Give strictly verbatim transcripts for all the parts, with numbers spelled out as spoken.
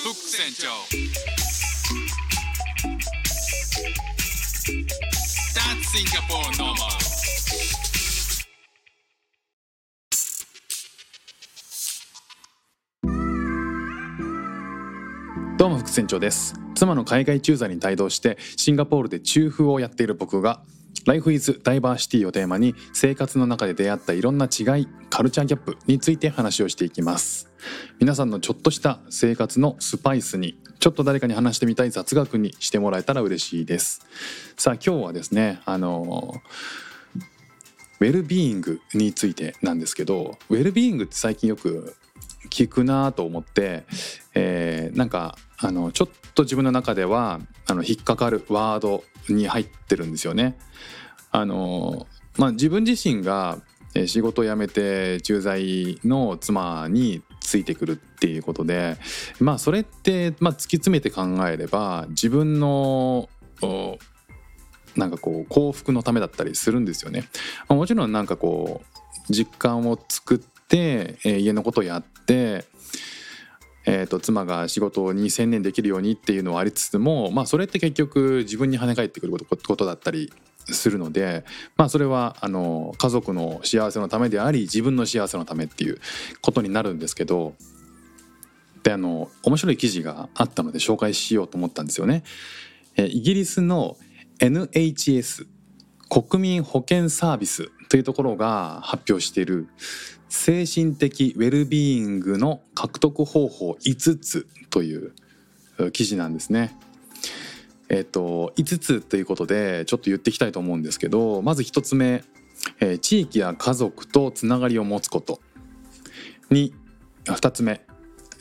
フック船長 That's Singapore normal。 どうも副船長です。妻の海外駐在に帯同してシンガポールで中風をやっている僕が Life is Diversity をテーマに生活の中で出会ったいろんな違い、カルチャーギャップについて話をしていきます。皆さんのちょっとした生活のスパイスに、ちょっと誰かに話してみたい雑学にしてもらえたら嬉しいです。さあ今日はですね、あのウェルビーイングについてなんですけど、ウェルビーイングって最近よく聞くなと思って、えー、なんかあのちょっと自分の中ではあの引っかかるワードに入ってるんですよね。あの、まあ、自分自身が仕事を辞めて駐在の妻についてくるっていうことで、まあそれって、まあ、突き詰めて考えれば自分のなんかこう幸福のためだったりするんですよね。まあ、もちろんなんかこう実感を作って、えー、家のことをやって、えー、と妻が仕事に専念できるようにっていうのはありつつも、まあ、それって結局自分に跳ね返ってくること、ことだったりするので、まあ、それはあの家族の幸せのためであり自分の幸せのためっていうことになるんですけど、であの面白い記事があったので紹介しようと思ったんですよね。えー、イギリスの エヌエイチエス 国民保健サービスというところが発表している精神的ウェルビーイングの獲得方法いつつという記事なんですね。えっといつつということでちょっと言っていきたいと思うんですけど、まずひとつめ、えー、地域や家族とつながりを持つこと。にふたつめ、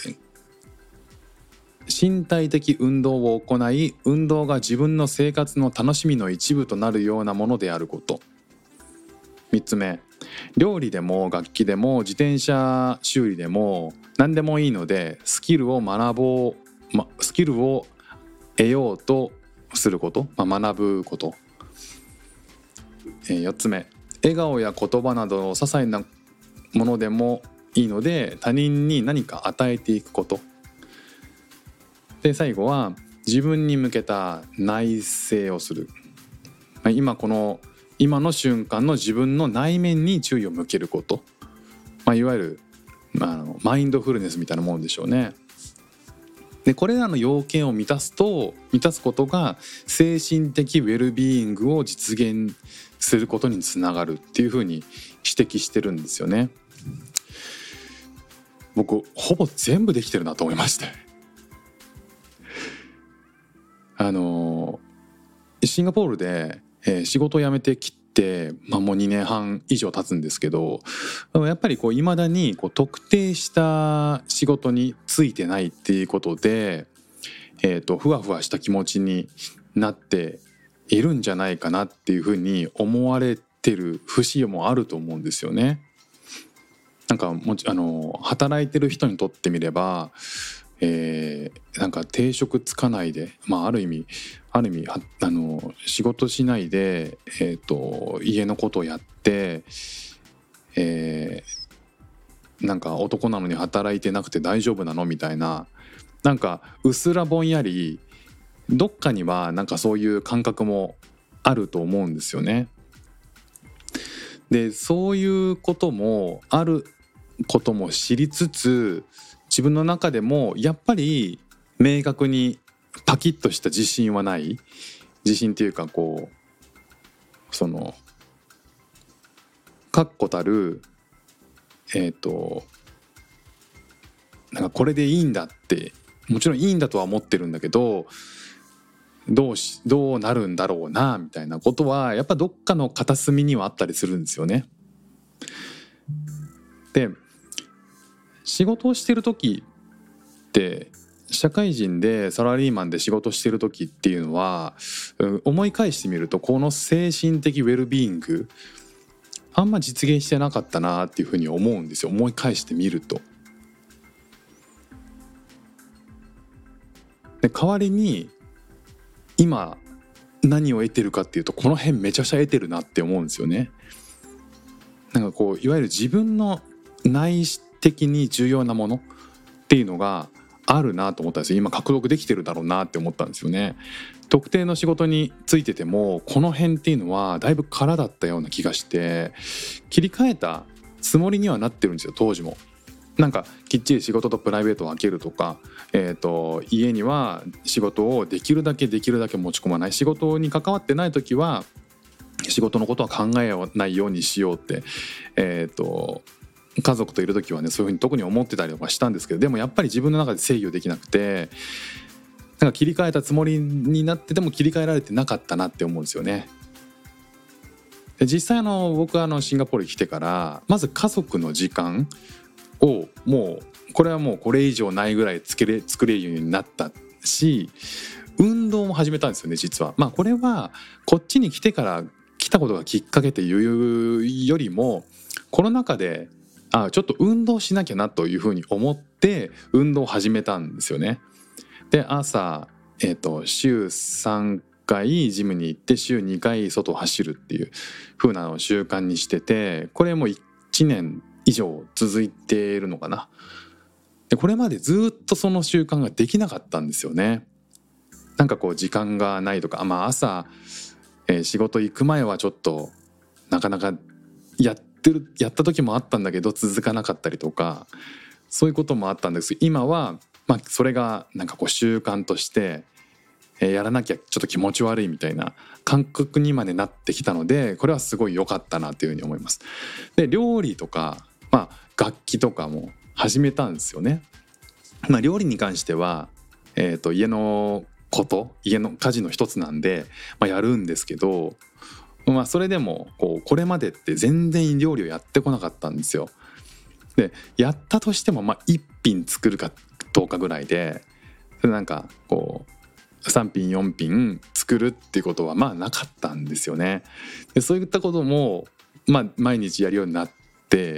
身体的運動を行い運動が自分の生活の楽しみの一部となるようなものであること。みっつめ、料理でも楽器でも自転車修理でも何でもいいのでスキルを学ぼう、ま、スキルを得ようとすること、まあ、学ぶこと。えー、よっつめ、笑顔や言葉などの些細なものでもいいので他人に何か与えていくこと。で最後は自分に向けた内省をする。まあ、今この今の瞬間の自分の内面に注意を向けること、まあ、いわゆる、まあ、あのマインドフルネスみたいなもんでしょうね。でこれらの要件を満たすと満たすことが精神的ウェルビーイングを実現することにつながるっていうふうに指摘してるんですよね。僕ほぼ全部できてるなと思いまして、あのシンガポールでえー、仕事を辞めてきて、まあ、もうにねんはん以上経つんですけど、やっぱりこう未だにこう特定した仕事についてないっていうことで、えーと、ふわふわした気持ちになっているんじゃないかなっていうふうに思われてる節もあると思うんですよね。なんかもちあの働いてる人にとってみれば、えー、なんか定職つかないで、まあ、ある意味ある意味あの仕事しないで、えーと、家のことをやって、えー、なんか男なのに働いてなくて大丈夫なのみたいな、なんかうすらぼんやりどっかにはなんかそういう感覚もあると思うんですよね。でそういうこともあることも知りつつ、自分の中でもやっぱり明確にパキッとした自信はない。自信っていうかこうその確固たるえっとなんかこれでいいんだって、もちろんいいんだとは思ってるんだけど、どうしどうなるんだろうなみたいなことはやっぱどっかの片隅にはあったりするんですよね。で仕事をしてる時って社会人でサラリーマンで仕事してる時っていうのは思い返してみるとこの精神的ウェルビーイングあんま実現してなかったなっていうふうに思うんですよ。思い返してみると。で代わりに今何を得てるかっていうとこの辺めちゃくちゃ得てるなって思うんですよね。なんかこういわゆる自分の内的に重要なものっていうのがあるなと思ったんですよ。今獲得できてるだろうなって思ったんですよね。特定の仕事についててもこの辺っていうのはだいぶ空だったような気がして、切り替えたつもりにはなってるんですよ当時も。なんかきっちり仕事とプライベートを分けるとか、えーと、家には仕事をできるだけできるだけ持ち込まない、仕事に関わってない時は仕事のことは考えないようにしようって、えーと家族といる時はねそういうふうに特に思ってたりとかしたんですけど、でもやっぱり自分の中で制御できなくて、なんか切り替えたつもりになってても切り替えられてなかったなって思うんですよね。で実際あの僕はあのシンガポールに来てからまず家族の時間をもうこれはもうこれ以上ないぐらい作れ作れるようになったし、運動も始めたんですよね実は。まあこれはこっちに来てから来たことがきっかけというよりも、コロナ禍であちょっと運動しなきゃなというふうに思って運動を始めたんですよね。で朝、えーと、週さんかいジムに行って週にかい外を走るっていう風なのを習慣にしてて、これもいちねん以上続いているのかな。でこれまでずっとその習慣ができなかったんですよね。なんかこう時間がないとか、まあ朝、えー仕事行く前はちょっとなかなかやってるやった時もあったんだけど続かなかったりとか、そういうこともあったんですけど、今はまあそれがなんかこう習慣としてえーやらなきゃちょっと気持ち悪いみたいな感覚にまでなってきたので、これはすごい良かったなというふうに思います。で料理とか、まあ、楽器とかも始めたんですよね。まあ、料理に関しては、えーと、家のこと家の家事の一つなんで、まあ、やるんですけど、まあ、それでもこうこれまでって全然料理をやってこなかったんですよ。でやったとしてもまあいっ品作るかどうかぐらいで、なんかこうさん品よん品作るっていうことはまあなかったんですよね。でそういったこともまあ毎日やるようになって、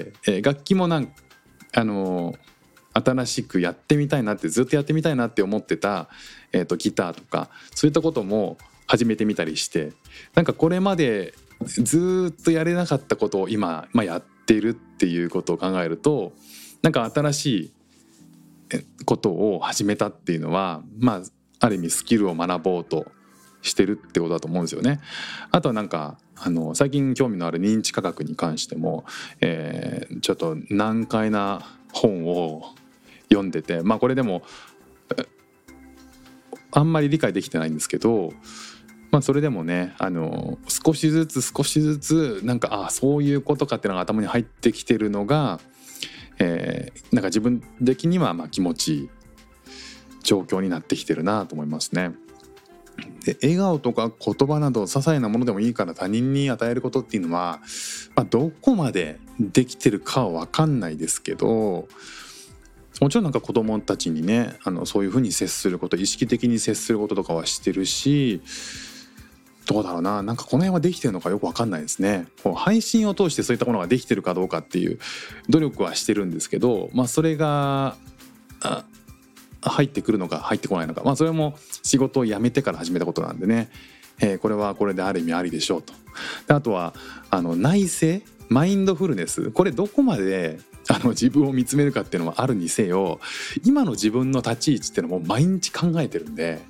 えー楽器もなんあのー新しくやってみたいなってずっとやってみたいなって思ってた、えーとギターとかそういったことも始めてみたりして、なんかこれまでずっとやれなかったことを今、まあ、やっているっていうことを考えると、なんか新しいえことを始めたっていうのはまあある意味スキルを学ぼうとしてるってことだと思うんですよね。あとはなんかあの最近興味のある認知科学に関しても、えーちょっと難解な本を読んでて、まあこれでもえあんまり理解できてないんですけど、まあそれでもね、あの少しずつ少しずつなんかあそういうことかっていうのが頭に入ってきてるのが、えーなんか自分的にはまあ気持ちいい状況になってきてるなと思いますね。で笑顔とか言葉など些細なものでもいいから他人に与えることっていうのは、まあ、どこまでできてるかは分かんないですけど、もちろんなんか子供たちにねあのそういうふうに接すること、意識的に接することとかはしてるし、どうだろうな、なんかこの辺はできてるのかよく分かんないですね。こう配信を通してそういったものができてるかどうかっていう努力はしてるんですけど、まあそれがあ入ってくるのか入ってこないのか、まあそれも仕事を辞めてから始めたことなんでね、えーこれはこれである意味ありでしょうと。であとはあの内省マインドフルネス、これどこまであの自分を見つめるかっていうのはあるにせよ、今の自分の立ち位置っていうのも毎日考えてるんで、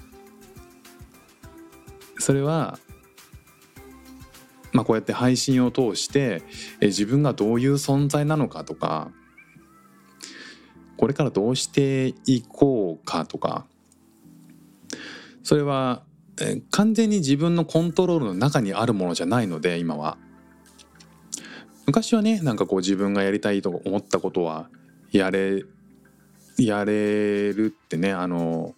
それはまあこうやって配信を通してえ自分がどういう存在なのかとか、これからどうしていこうかとか、それはえー完全に自分のコントロールの中にあるものじゃないので、今は。昔はね、なんかこう自分がやりたいと思ったことはやれやれるってね、あの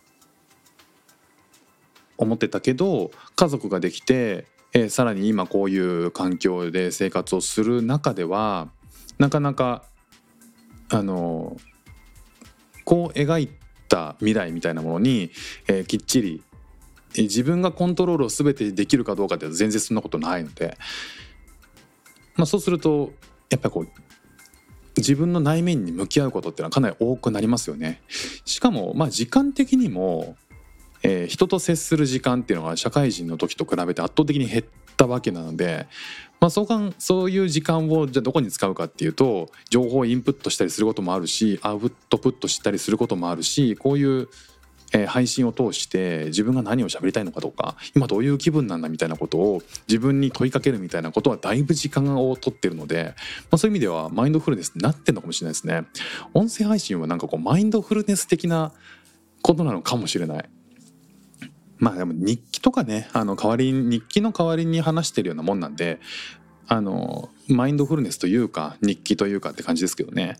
思ってたけど、家族ができて、えーさらに今こういう環境で生活をする中ではなかなかあのこう描いた未来みたいなものに、えーきっちりえー自分がコントロールを全てできるかどうかって全然そんなことないので、まあ、そうするとやっぱりこう自分の内面に向き合うことっていうのはかなり多くなりますよね。しかもまあ時間的にも、えー人と接する時間っていうのが社会人の時と比べて圧倒的に減ったわけなので、まあ、そうかんそういう時間をじゃあどこに使うかっていうと、情報をインプットしたりすることもあるし、アウトプットしたりすることもあるし、こういうえー配信を通して自分が何を喋りたいのかとか、今どういう気分なんだみたいなことを自分に問いかけるみたいなことはだいぶ時間を取ってるので、まあ、そういう意味ではマインドフルネスになってるのかもしれないですね。音声配信はなんかこうマインドフルネス的なことなのかもしれない。まあでも日記とかね、あの代わりに日記の代わりに話してるようなもんなんで、あのマインドフルネスというか日記というかって感じですけどね。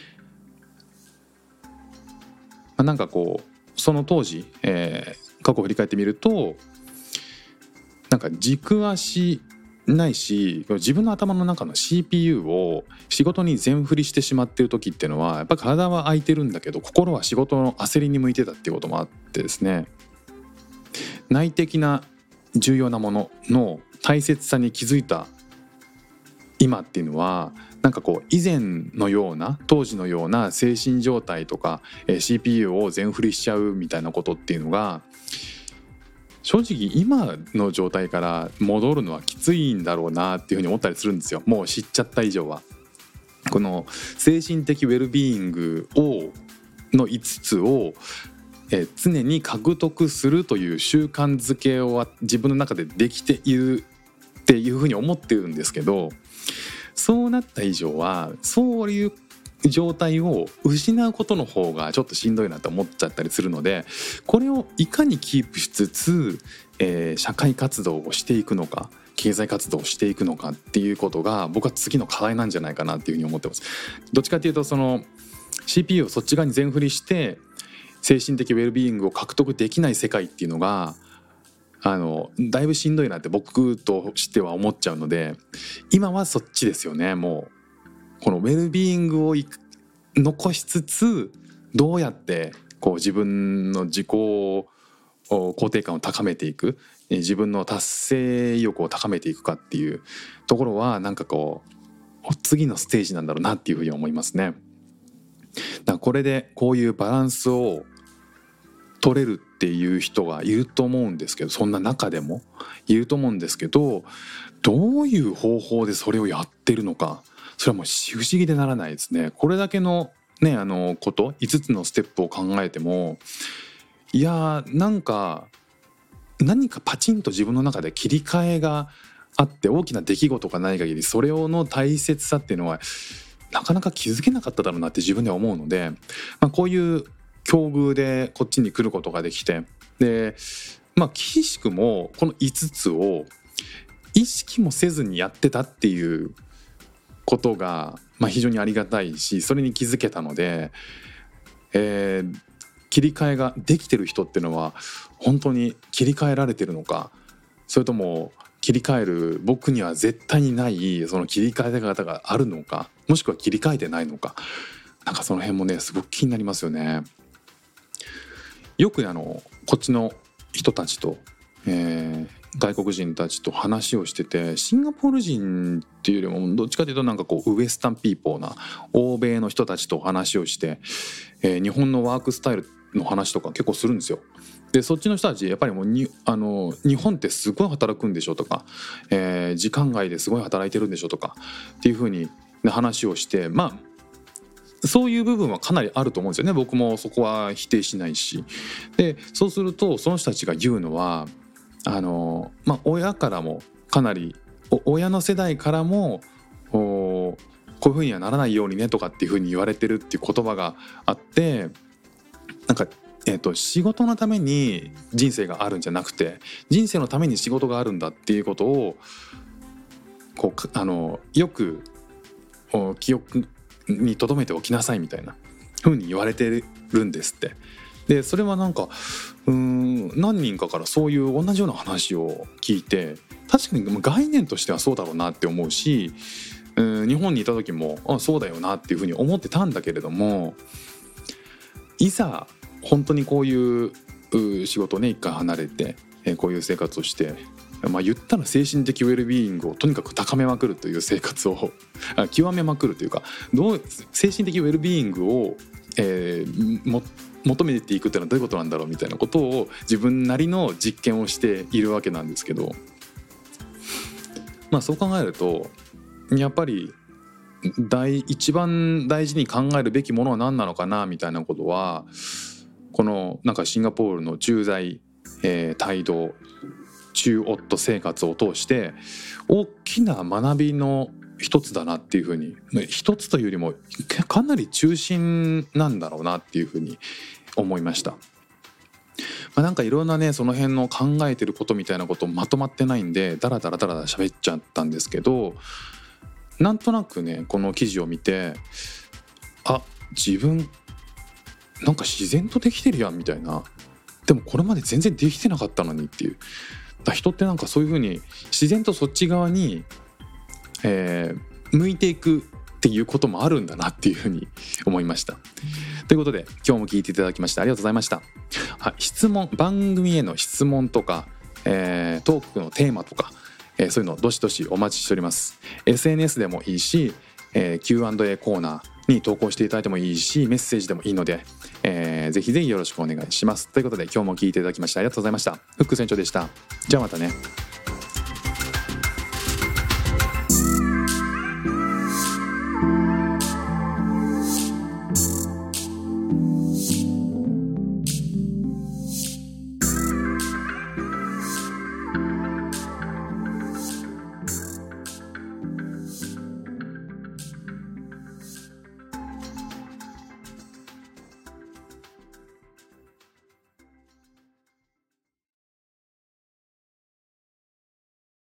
まあ、なんかこうその当時、えー過去を振り返ってみると、なんか軸足ないし、自分の頭の中の シーピーユー を仕事に全振りしてしまっている時っていうのは、やっぱ体は空いてるんだけど心は仕事の焦りに向いてたっていうこともあってですね、内的な重要なものの大切さに気づいた今っていうのは、なんかこう以前のような当時のような精神状態とか シーピーユー を全振りしちゃうみたいなことっていうのが、正直今の状態から戻るのはきついんだろうなっていうふうに思ったりするんですよ。もう知っちゃった以上は。この精神的ウェルビーイングをのいつつをえー常に獲得するという習慣づけを自分の中でできているっていうふうに思ってるんですけど、そうなった以上はそういう状態を失うことの方がちょっとしんどいなと思っちゃったりするので、これをいかにキープしつつ、えー社会活動をしていくのか、経済活動をしていくのかっていうことが僕は次の課題なんじゃないかなっていうふうに思ってます。どっちかというとその シーピーユー をそっち側に全振りして精神的ウェルビーイングを獲得できない世界っていうのがあのだいぶしんどいなって僕としては思っちゃうので、今はそっちですよね。もうこのウェルビーイングをいく残しつつ、どうやってこう自分の自己肯定感を高めていく、自分の達成意欲を高めていくかっていうところは、なんかこう次のステージなんだろうなっていうふうに思いますね。だからこれでこういうバランスを取れるっていう人がいると思うんですけど、そんな中でもいると思うんですけど、どういう方法でそれをやってるのか、それはもう不思議でならないですね。これだけのね、あのこといつつのステップを考えても、いやーなんか何かパチンと自分の中で切り替えがあって大きな出来事がない限り、それの大切さっていうのはなかなか気づけなかっただろうなって自分では思うので、まあ、こういう境遇でこっちに来ることができて、でまあ岸しくもこのいつつを意識もせずにやってたっていうことが、まあ、非常にありがたいし、それに気づけたので、えー切り替えができてる人っていうのは本当に切り替えられてるのか、それとも切り替える僕には絶対にないその切り替え方があるのか、もしくは切り替えてないのか、なんかその辺もねすごく気になりますよね。よくあのこっちの人たちと、えー外国人たちと話をしてて、シンガポール人っていうよりもどっちかというとなんかこうウエスタンピーポーな欧米の人たちと話をして、えー日本のワークスタイルの話とか結構するんですよ。でそっちの人たちやっぱりもうにあの日本ってすごい働くんでしょとか、えー時間外ですごい働いてるんでしょとかっていう風に、ね、話をして、まあそういう部分はかなりあると思うんですよね。僕もそこは否定しないし、でそうするとその人たちが言うのはあの、まあ、親からもかなり親の世代からもこういう風にはならないようにねとかっていう風に言われてるっていう言葉があって、なんか、えーと、仕事のために人生があるんじゃなくて人生のために仕事があるんだっていうことをこうあのよく記憶に留めておきなさいみたいな風に言われてるんですって。でそれはなんかうーん何人かからそういう同じような話を聞いて、確かに概念としてはそうだろうなって思うし、うん日本にいた時もあそうだよなっていうふうに思ってたんだけれども、いざ本当にこういう仕事をね一回離れてこういう生活をして、まあ、言ったら精神的ウェルビーイングをとにかく高めまくるという生活を極めまくるというか、どう精神的ウェルビーイングを、えー、も求めていくっていうのはどういうことなんだろうみたいなことを自分なりの実験をしているわけなんですけど、 まあそう考えるとやっぱり大一番大事に考えるべきものは何なのかなみたいなことはこのなんかシンガポールの駐在、えー、帯同中夫生活を通して大きな学びの一つだなっていうふうに一つというよりもかなり中心なんだろうなっていうふうに思いました。まあ、なんかいろんなねその辺の考えてることみたいなことまとまってないんでダラダラダラダラ喋っちゃったんですけどなんとなくねこの記事を見てあ自分なんか自然とできてるやんみたいなでもこれまで全然できてなかったのにっていうだ人ってなんかそういう風に自然とそっち側に、えー、向いていくっていうこともあるんだなっていう風に思いました。ということで今日も聞いていただきましてありがとうございました。あ質問番組への質問とか、えー、トークのテーマとかえー、そういうのどしどしお待ちしております。 エスエヌエス でもいいし、えー、キューアンドエー コーナーに投稿していただいてもいいしメッセージでもいいので、えー、ぜひぜひよろしくお願いします。ということで今日も聞いていただきましてありがとうございました。フック船長でした。じゃあまたね。